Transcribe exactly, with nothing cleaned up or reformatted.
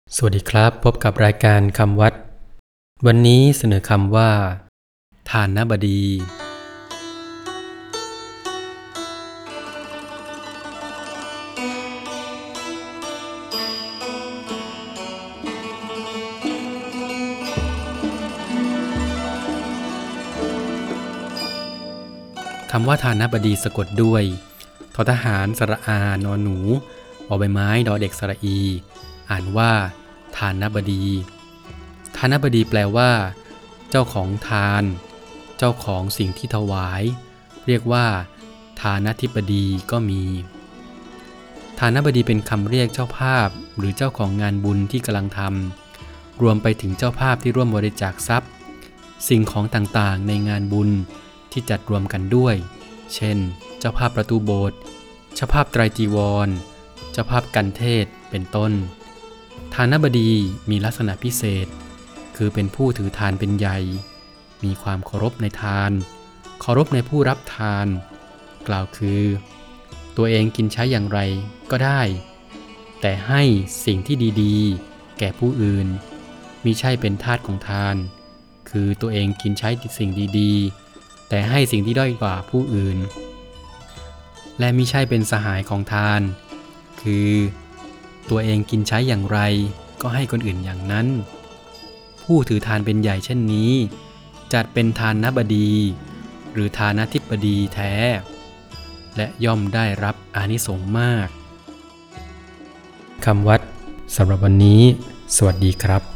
สวัสดีครับพบกับรายการคำวัดวันนี้เสนอคำว่าทานบดีคำว่าทานบดีสะกดด้วยททหารสระอานอนหนูบอใบไม้ดอเด็กสระอีอ่านว่าทานบดีทานบดีแปลว่าเจ้าของทานเจ้าของสิ่งที่ถวายเรียกว่าทานธิบดีก็มีทานบดีเป็นคำเรียกเจ้าภาพหรือเจ้าของงานบุญที่กำลังทำรวมไปถึงเจ้าภาพที่ร่วมบริจาคทรัพย์สิ่งของต่างๆในงานบุญที่จัดรวมกันด้วยเช่นเจ้าภาพประตูโบสถ์เจ้าภาพไตรจีวรเจ้าภาพกันเทศเป็นต้นทานบดีมีลักษณะพิเศษคือเป็นผู้ถือทานเป็นใหญ่มีความเคารพในทานเคารพในผู้รับทานกล่าวคือตัวเองกินใช้อย่างไรก็ได้แต่ให้สิ่งที่ดีๆแก่ผู้อื่นมิใช่เป็นทาสของทานคือตัวเองกินใช้สิ่งดีๆแต่ให้สิ่งที่ด้อยกว่าผู้อื่นและมิใช่เป็นสหายของทานคือตัวเองกินใช้อย่างไรก็ให้คนอื่นอย่างนั้นผู้ถือทานเป็นใหญ่เช่นนี้จัดเป็นทานบดีหรือทานธิบดีแท้และย่อมได้รับอานิสงส์มากคำวัดสำหรับวันนี้สวัสดีครับ